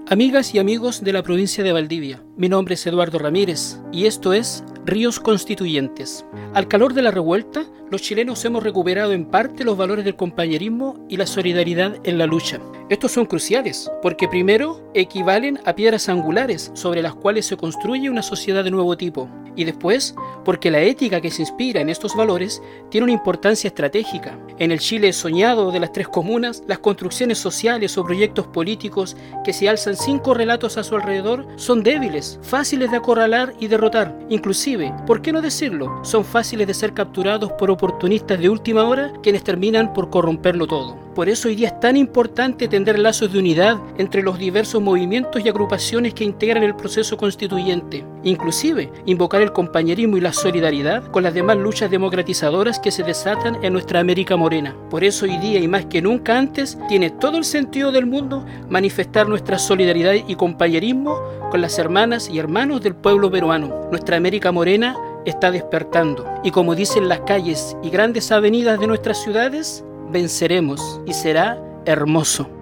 Amigas y amigos de la provincia de Valdivia, mi nombre es Eduardo Ramírez y esto es Ríos Constituyentes. Al calor de la revuelta, los chilenos hemos recuperado en parte los valores del compañerismo y la solidaridad en la lucha. Estos son cruciales porque primero equivalen a piedras angulares sobre las cuales se construye una sociedad de nuevo tipo y después porque la ética que se inspira en estos valores tiene una importancia estratégica. En el Chile soñado de las tres comunas, las construcciones sociales o proyectos políticos que se alzan sin correlatos a su alrededor son débiles, fáciles de acorralar y derrotar. Inclusive, ¿por qué no decirlo? Son fáciles de ser capturados por oportunistas de última hora quienes terminan por corromperlo todo. Por eso hoy día es tan importante tender lazos de unidad entre los diversos movimientos y agrupaciones que integran el proceso constituyente. Inclusive, invocar el compañerismo y la solidaridad con las demás luchas democratizadoras que se desatan en nuestra América morena. Por eso hoy día y más que nunca antes, tiene todo el sentido del mundo manifestar nuestra solidaridad y compañerismo con las hermanas y hermanos del pueblo peruano. Nuestra América morena está despertando y como dicen las calles y grandes avenidas de nuestras ciudades, venceremos y será hermoso.